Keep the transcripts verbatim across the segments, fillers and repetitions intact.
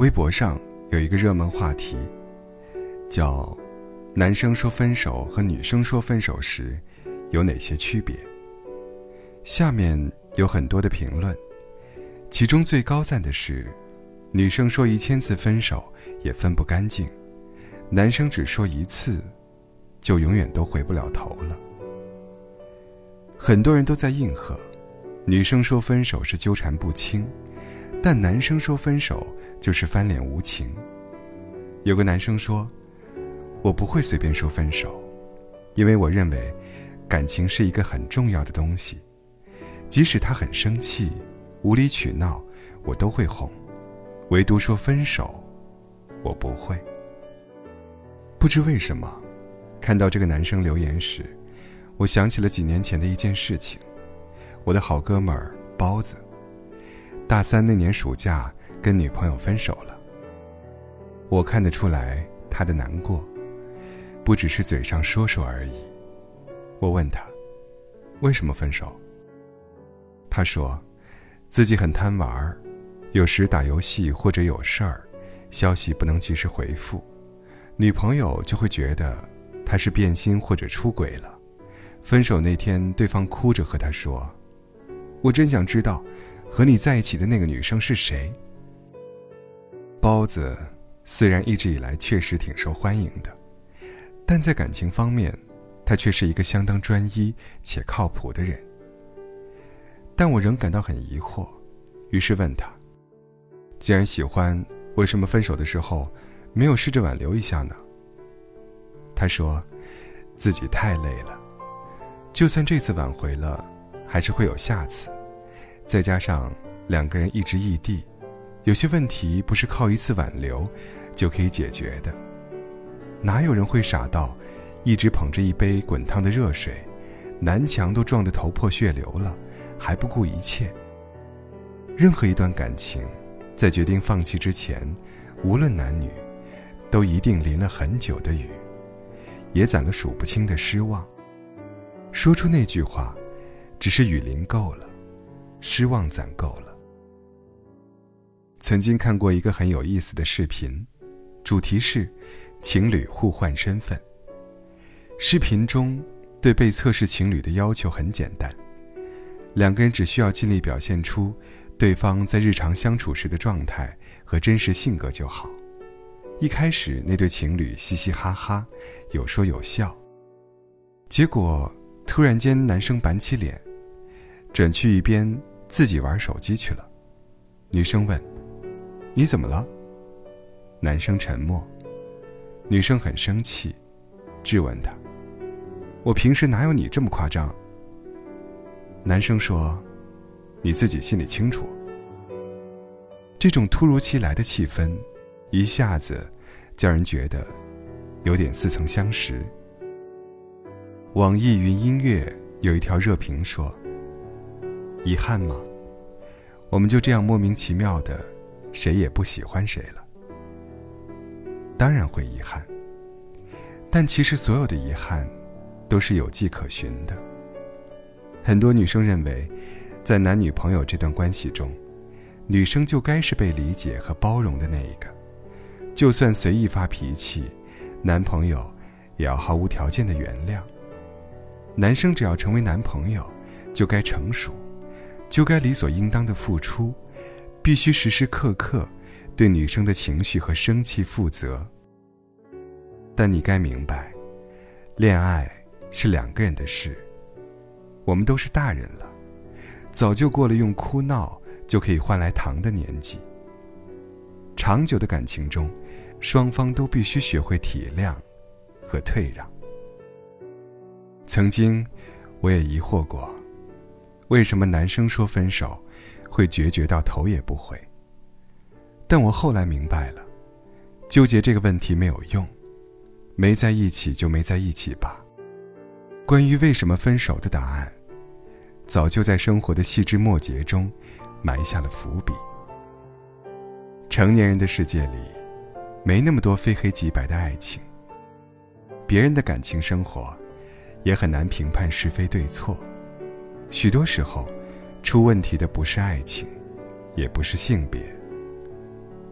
微博上有一个热门话题，叫男生说分手和女生说分手时有哪些区别。下面有很多的评论，其中最高赞的是女生说一千次分手也分不干净，男生只说一次就永远都回不了头了。很多人都在应和，女生说分手是纠缠不清，但男生说分手就是翻脸无情。有个男生说，我不会随便说分手，因为我认为感情是一个很重要的东西，即使他很生气无理取闹我都会哄，唯独说分手我不会。不知为什么，看到这个男生留言时，我想起了几年前的一件事情。我的好哥们儿包子，大三那年暑假跟女朋友分手了。我看得出来他的难过，不只是嘴上说说而已。我问他为什么分手，他说自己很贪玩，有时打游戏或者有事儿，消息不能及时回复，女朋友就会觉得他是变心或者出轨了。分手那天，对方哭着和他说，我真想知道和你在一起的那个女生是谁。包子虽然一直以来确实挺受欢迎的，但在感情方面他却是一个相当专一且靠谱的人。但我仍感到很疑惑，于是问他，既然喜欢，为什么分手的时候没有试着挽留一下呢？他说自己太累了，就算这次挽回了还是会有下次，再加上两个人一直异地，有些问题不是靠一次挽留就可以解决的。哪有人会傻到一直捧着一杯滚烫的热水，南墙都撞得头破血流了，还不顾一切。任何一段感情在决定放弃之前，无论男女，都一定淋了很久的雨，也攒了数不清的失望。说出那句话只是雨淋够了，失望攒够了。曾经看过一个很有意思的视频，主题是情侣互换身份。视频中对被测试情侣的要求很简单，两个人只需要尽力表现出对方在日常相处时的状态和真实性格就好。一开始那对情侣嘻嘻哈哈，有说有笑，结果突然间男生板起脸，转去一边自己玩手机去了。女生问，你怎么了？男生沉默。女生很生气，质问他，我平时哪有你这么夸张？男生说，你自己心里清楚。这种突如其来的气氛一下子叫人觉得有点似曾相识。网易云音乐有一条热评说，遗憾吗？我们就这样莫名其妙的谁也不喜欢谁了。当然会遗憾，但其实所有的遗憾都是有迹可循的。很多女生认为，在男女朋友这段关系中，女生就该是被理解和包容的那一个，就算随意发脾气，男朋友也要毫无条件的原谅。男生只要成为男朋友，就该成熟，就该理所应当的付出，必须时时刻刻对女生的情绪和生气负责。但你该明白，恋爱是两个人的事，我们都是大人了，早就过了用哭闹就可以换来糖的年纪。长久的感情中，双方都必须学会体谅和退让。曾经我也疑惑过，为什么男生说分手会决绝到头也不回。但我后来明白了，纠结这个问题没有用，没在一起就没在一起吧。关于为什么分手的答案，早就在生活的细枝末节中埋下了伏笔。成年人的世界里，没那么多非黑即白的爱情，别人的感情生活也很难评判是非对错。许多时候，出问题的不是爱情，也不是性别，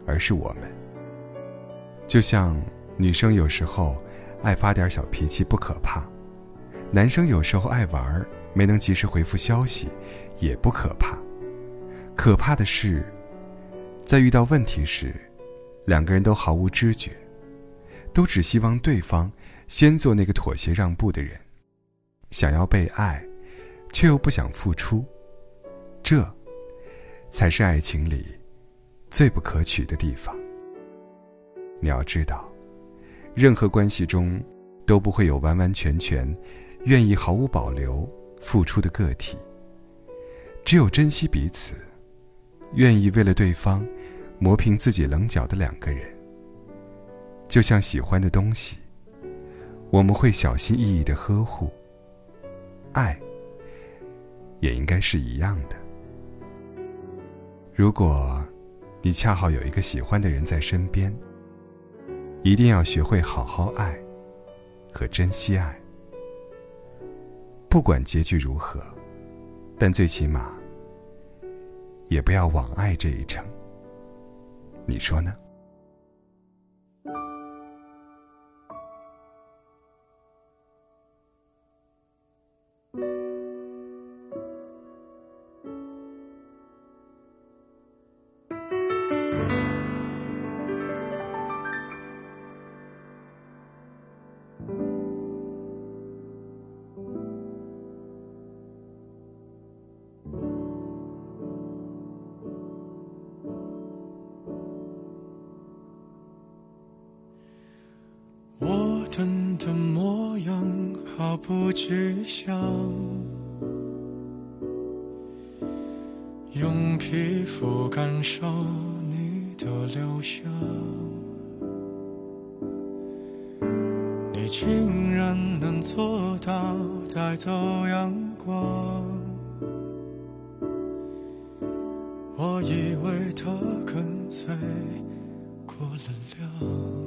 而是我们。就像女生有时候爱发点小脾气不可怕，男生有时候爱玩没能及时回复消息也不可怕，可怕的是在遇到问题时，两个人都毫无知觉，都只希望对方先做那个妥协让步的人，想要被爱却又不想付出，这才是爱情里最不可取的地方。你要知道，任何关系中都不会有完完全全愿意毫无保留付出的个体，只有珍惜彼此，愿意为了对方磨平自己棱角的两个人。就像喜欢的东西，我们会小心翼翼地呵护，爱也应该是一样的。如果你恰好有一个喜欢的人在身边，一定要学会好好爱和珍惜爱。不管结局如何，但最起码也不要枉爱这一程。你说呢？ 我等的模样毫不具象，用皮肤感受你的留香，你竟然能做到带走阳光，我以为它跟随过了量，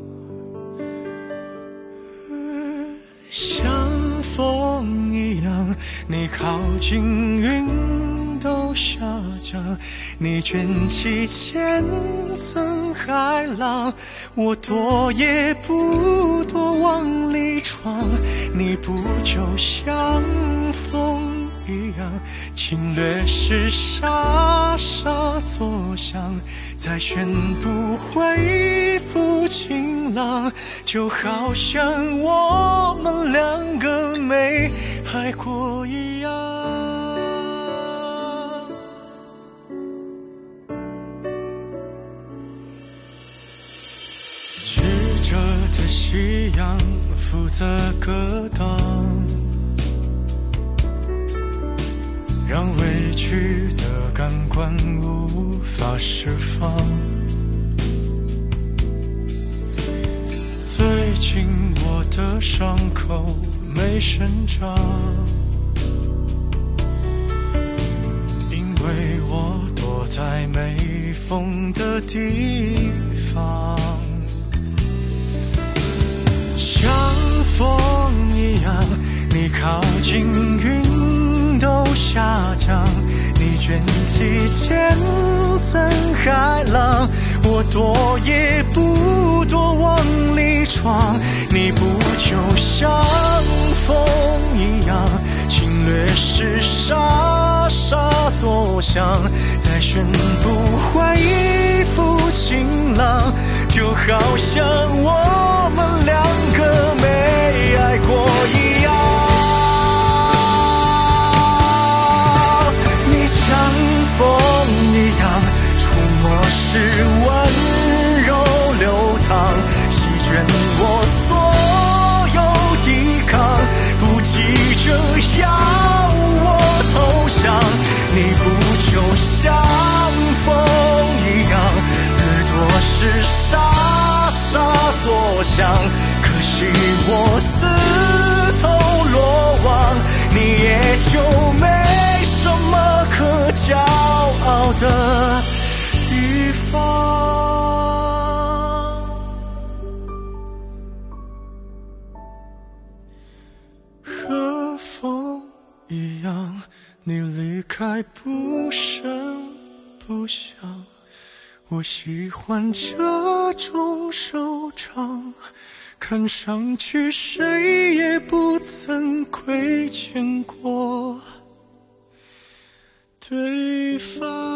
像风一样，你靠近云都下降，你卷起千层海浪，我躲也不躲往里闯，你不就像风一样，侵略时傻傻作响，再宣布恢复晴朗，就好像我们两个没爱过一样。曲折的夕阳负责格挡，让委屈的感官无法释放。最近我的伤口没生长，因为我躲在没风的地方，像风一样，你靠近云都下降，你卷起千层海浪，我躲也不躲往里闯，你不就像风一样，侵略时傻傻作响，再宣布恢复晴朗，就好像我们两个没爱过一样。风一样，触摸时温柔流淌，席卷我所有抵抗，不急着要我投降，你不就像风一样，耳朵时傻傻作响，可惜我自投罗网，你也就没什么可骄傲的地方。和风一样，你离开不声不响， 我喜欢这种收场，看上去谁也不曾窥见过对方。